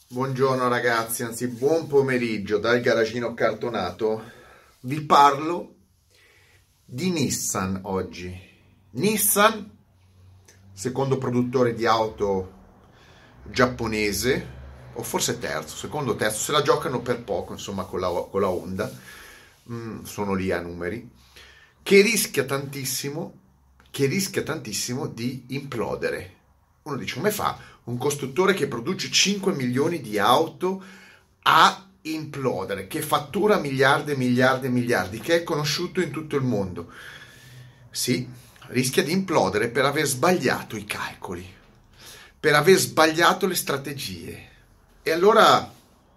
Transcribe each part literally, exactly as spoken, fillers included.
Buongiorno ragazzi, anzi buon pomeriggio dal garagino cartonato. Vi parlo di Nissan oggi. Nissan, secondo produttore di auto giapponese, o forse terzo, secondo o terzo, se la giocano per poco, insomma, con la, con la Honda. Mm, sono lì a numeri. Che rischia tantissimo, che rischia tantissimo di implodere. Uno dice, come fa un costruttore che produce cinque milioni di auto a implodere, che fattura miliardi e miliardi e miliardi, che è conosciuto in tutto il mondo? Sì, rischia di implodere per aver sbagliato i calcoli, per aver sbagliato le strategie. E allora,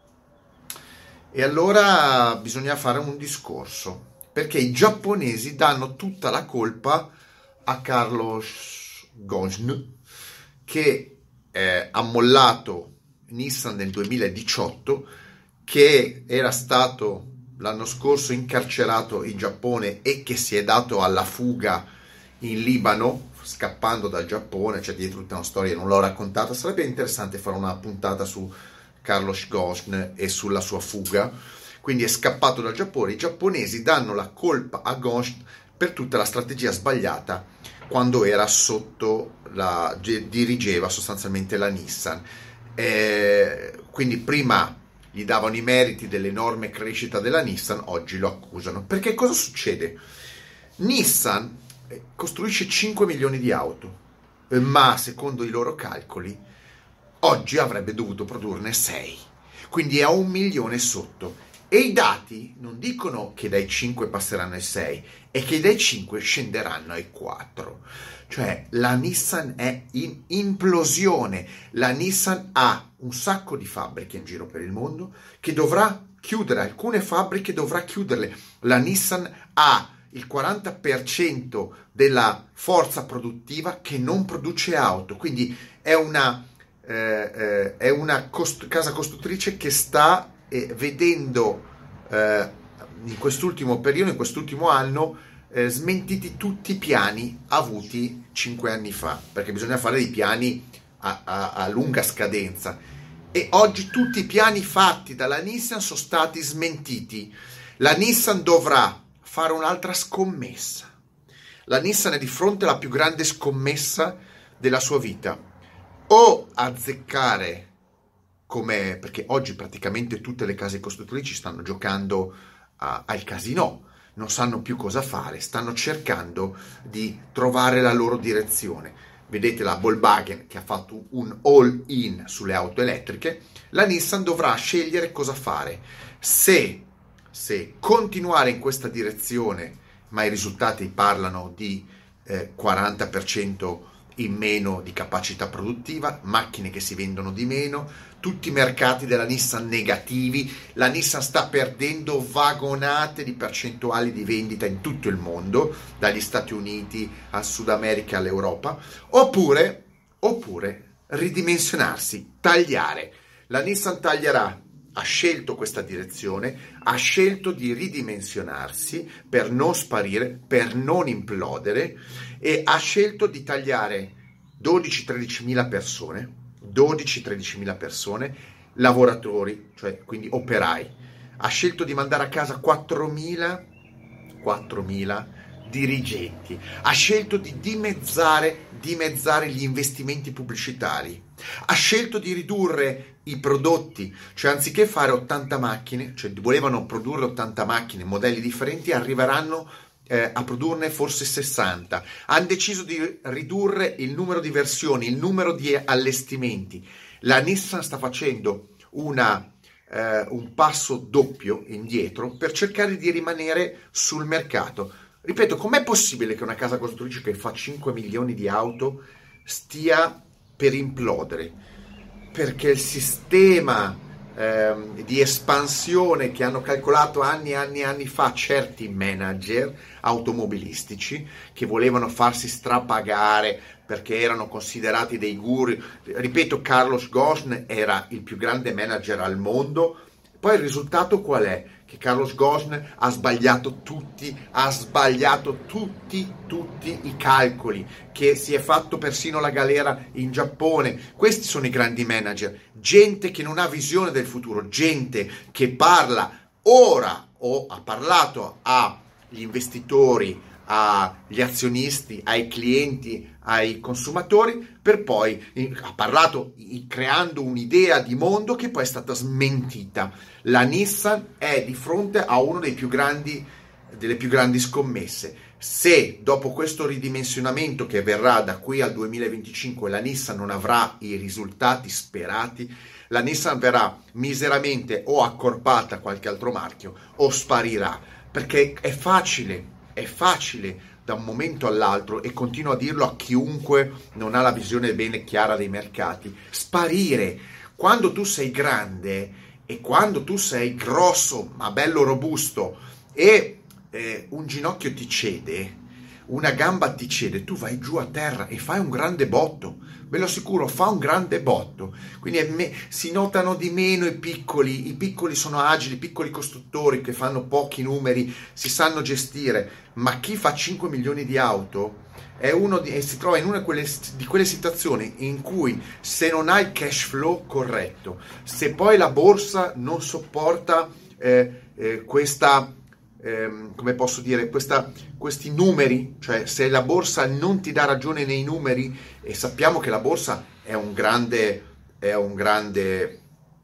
e allora bisogna fare un discorso, perché i giapponesi danno tutta la colpa a Carlos Ghosn, che eh, ha mollato Nissan nel duemiladiciotto, che era stato l'anno scorso incarcerato in Giappone e che si è dato alla fuga in Libano, scappando dal Giappone. C'è dietro tutta una storia, non l'ho raccontata, sarebbe interessante fare una puntata su Carlos Ghosn e sulla sua fuga. Quindi è scappato dal Giappone. I giapponesi danno la colpa a Ghosn per tutta la strategia sbagliata quando era sotto la dirigeva sostanzialmente la Nissan. Eh, quindi prima gli davano i meriti dell'enorme crescita della Nissan, oggi lo accusano. Perché cosa succede? Nissan costruisce cinque milioni di auto, ma secondo i loro calcoli oggi avrebbe dovuto produrne sei, quindi è a un milione sotto. E i dati non dicono che dai cinque passeranno ai sei, è che dai cinque scenderanno ai quattro. Cioè la Nissan è in implosione. La Nissan ha un sacco di fabbriche in giro per il mondo che dovrà chiudere, alcune fabbriche dovrà chiuderle. La Nissan ha il quaranta per cento della forza produttiva che non produce auto, quindi è una, eh, eh, è una cost- casa costruttrice che sta eh, vedendo eh, in quest'ultimo periodo, in quest'ultimo anno, eh, smentiti tutti i piani avuti cinque anni fa, perché bisogna fare dei piani a, a, a lunga scadenza, e oggi tutti i piani fatti dalla Nissan sono stati smentiti. La Nissan dovrà fare un'altra scommessa. La Nissan è di fronte alla più grande scommessa della sua vita: o azzeccare, come, perché oggi praticamente tutte le case costruttrici stanno giocando a, al casino, non sanno più cosa fare, stanno cercando di trovare la loro direzione. Vedete la Volkswagen che ha fatto un all-in sulle auto elettriche. La Nissan dovrà scegliere cosa fare: se, se continuare in questa direzione, ma i risultati parlano di eh, quaranta per cento in meno di capacità produttiva, macchine che si vendono di meno, tutti i mercati della Nissan negativi, la Nissan sta perdendo vagonate di percentuali di vendita in tutto il mondo, dagli Stati Uniti al Sud America all'Europa, oppure, oppure ridimensionarsi, tagliare. La Nissan taglierà, ha scelto questa direzione, ha scelto di ridimensionarsi per non sparire, per non implodere, e ha scelto di tagliare dodici tredici mila persone, dodici tredici mila persone, lavoratori, cioè quindi operai. Ha scelto di mandare a casa quattromila dirigenti. Ha scelto di dimezzare, dimezzare gli investimenti pubblicitari. Ha scelto di ridurre i prodotti, cioè anziché fare ottanta macchine, cioè volevano produrre ottanta macchine, modelli differenti, arriveranno eh, a produrne forse sessanta. Hanno deciso di ridurre il numero di versioni, il numero di allestimenti. La Nissan sta facendo una, eh, un passo doppio indietro per cercare di rimanere sul mercato. Ripeto, com'è possibile che una casa costruttrice che fa cinque milioni di auto stia per implodere? Perché il sistema ehm, di espansione che hanno calcolato anni e anni e anni fa certi manager automobilistici, che volevano farsi strapagare perché erano considerati dei guru. Ripeto, Carlos Ghosn era il più grande manager al mondo. Poi il risultato qual è? che Carlos Ghosn ha sbagliato tutti, ha sbagliato tutti, tutti i calcoli, che si è fatto persino la galera in Giappone. Questi sono i grandi manager, gente che non ha visione del futuro, gente che parla ora o ha parlato agli investitori, agli azionisti, ai clienti, ai consumatori, per poi ha parlato creando un'idea di mondo che poi è stata smentita. La Nissan è di fronte a uno dei più grandi, delle più grandi scommesse. Se dopo questo ridimensionamento che verrà da qui al duemilaventicinque la Nissan non avrà i risultati sperati, la Nissan verrà miseramente o accorpata a qualche altro marchio o sparirà, perché è facile È facile da un momento all'altro, e continuo a dirlo a chiunque non ha la visione bene chiara dei mercati, sparire. Quando tu sei grande e quando tu sei grosso ma bello robusto e eh, un ginocchio ti cede, una gamba ti cede, tu vai giù a terra e fai un grande botto, ve lo assicuro, fa un grande botto. Quindi è me- si notano di meno i piccoli, i piccoli sono agili, i piccoli costruttori che fanno pochi numeri, si sanno gestire, ma chi fa cinque milioni di auto è uno di, e si trova in una di quelle, di quelle situazioni in cui, se non ha il cash flow corretto, se poi la borsa non sopporta eh, eh, questa Ehm, come posso dire, questa, questi numeri, cioè se la borsa non ti dà ragione nei numeri, e sappiamo che la borsa è un grande, è un grande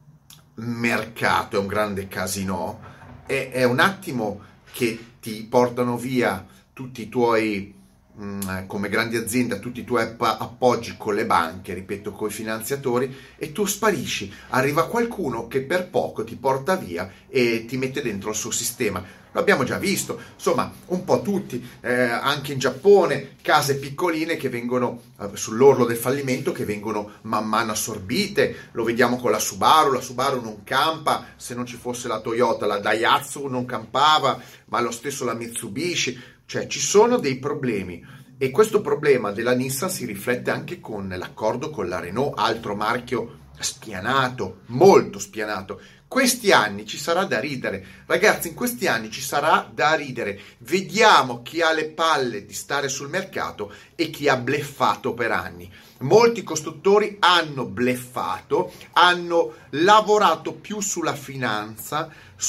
mercato, è un grande casino, è, è un attimo che ti portano via tutti i tuoi, mh, come grandi aziende, tutti i tuoi app- appoggi con le banche, ripeto, con i finanziatori, e tu sparisci. Arriva qualcuno che per poco ti porta via e ti mette dentro il suo sistema. Lo abbiamo già visto, insomma, un po' tutti, eh, anche in Giappone, case piccoline che vengono eh, sull'orlo del fallimento, che vengono man mano assorbite. Lo vediamo con la Subaru, la Subaru non campa, se non ci fosse la Toyota, la Daihatsu non campava, ma lo stesso la Mitsubishi, cioè ci sono dei problemi. E questo problema della Nissan si riflette anche con l'accordo con la Renault, altro marchio spianato, molto spianato. Questi anni ci sarà da ridere, ragazzi, in questi anni ci sarà da ridere. Vediamo chi ha le palle di stare sul mercato e chi ha bleffato per anni. Molti costruttori hanno bleffato, hanno lavorato più sulla finanza,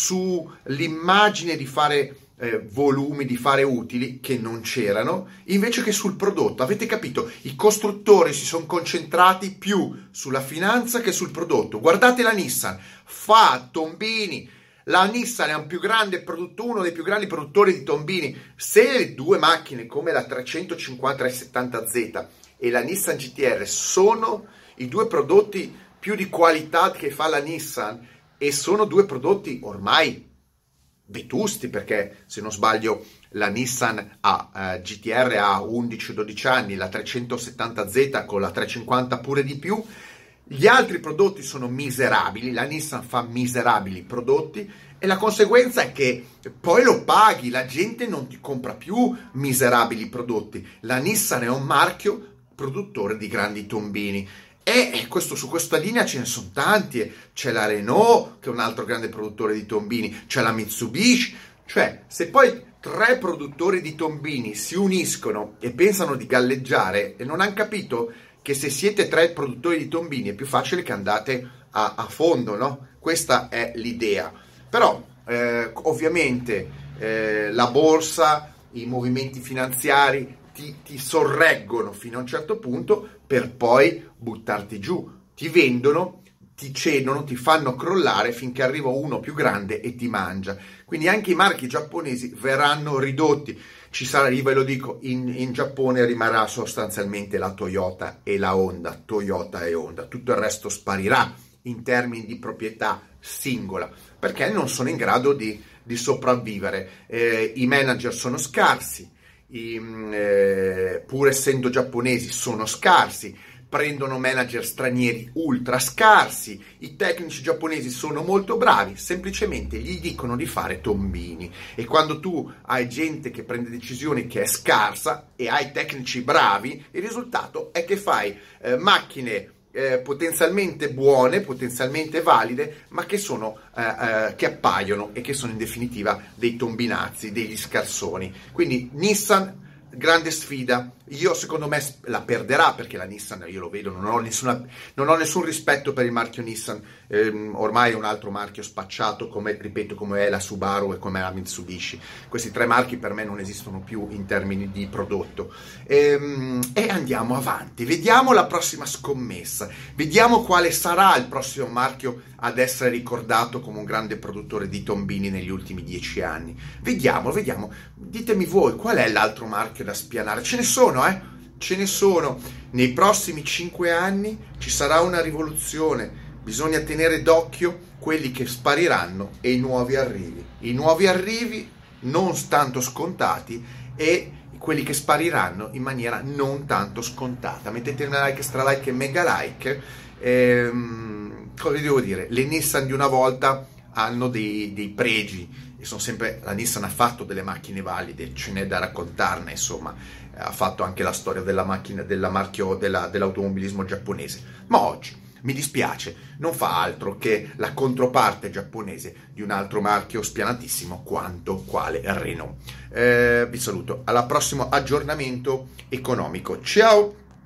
sull'immagine di fare Eh, volumi, di fare utili che non c'erano, invece che sul prodotto. Avete capito? I costruttori si sono concentrati più sulla finanza che sul prodotto. Guardate la Nissan, fa tombini. La Nissan è un più grande produttore, uno dei più grandi produttori di tombini. Se le due macchine come la trecentocinquanta trecentosessanta Z e la Nissan G T R sono i due prodotti più di qualità che fa la Nissan, e sono due prodotti ormai vetusti, perché se non sbaglio la Nissan ha, uh, G T R ha undici dodici anni, la trecentosettanta Z con la trecentocinquanta pure di più. Gli altri prodotti sono miserabili, la Nissan fa miserabili prodotti, e la conseguenza è che poi lo paghi, la gente non ti compra più miserabili prodotti. La Nissan è un marchio produttore di grandi tombini. E questo, su questa linea ce ne sono tanti, c'è la Renault che è un altro grande produttore di tombini, c'è la Mitsubishi, cioè se poi tre produttori di tombini si uniscono e pensano di galleggiare, e non hanno capito che se siete tre produttori di tombini è più facile che andate a, a fondo, no? Questa è l'idea. Però eh, ovviamente eh, la borsa, i movimenti finanziari Ti, ti sorreggono fino a un certo punto per poi buttarti giù, ti vendono, ti cedono, ti fanno crollare finché arriva uno più grande e ti mangia. Quindi anche i marchi giapponesi verranno ridotti. Ci sarà, io ve lo dico, in, in Giappone rimarrà sostanzialmente la Toyota e la Honda, Toyota e Honda, tutto il resto sparirà in termini di proprietà singola, perché non sono in grado di, di sopravvivere. Eh, i manager sono scarsi, I, eh, pur essendo giapponesi sono scarsi, prendono manager stranieri ultra scarsi, i tecnici giapponesi sono molto bravi, semplicemente gli dicono di fare tombini, e quando tu hai gente che prende decisioni che è scarsa e hai tecnici bravi, il risultato è che fai eh, macchine eh, potenzialmente buone, potenzialmente valide, ma che sono eh, eh, che appaiono e che sono in definitiva dei tombinazzi, degli scarsoni. Quindi Nissan, grande sfida. Io secondo me la perderà, perché la Nissan, io lo vedo, non ho, nessuna, non ho nessun rispetto per il marchio Nissan, ehm, ormai è un altro marchio spacciato, come ripeto, come è la Subaru e come è la Mitsubishi. Questi tre marchi per me non esistono più in termini di prodotto. Ehm, e andiamo avanti, vediamo la prossima scommessa, vediamo quale sarà il prossimo marchio ad essere ricordato come un grande produttore di tombini negli ultimi dieci anni. Vediamo, vediamo, ditemi voi qual è l'altro marchio da spianare. Ce ne sono, eh? Ce ne sono. Nei prossimi cinque anni ci sarà una rivoluzione. Bisogna tenere d'occhio quelli che spariranno e i nuovi arrivi. I nuovi arrivi non tanto scontati e quelli che spariranno in maniera non tanto scontata. Mettete una like, stra like e mega like. Ehm, cosa vi devo dire? Le Nissan di una volta hanno dei, dei pregi. Sono sempre, la Nissan ha fatto delle macchine valide, ce n'è da raccontarne, insomma, ha fatto anche la storia della macchina, della marchio, della, dell'automobilismo giapponese, ma oggi mi dispiace, non fa altro che la controparte giapponese di un altro marchio spianatissimo quanto quale Renault. Eh, vi saluto, al prossimo aggiornamento economico, ciao!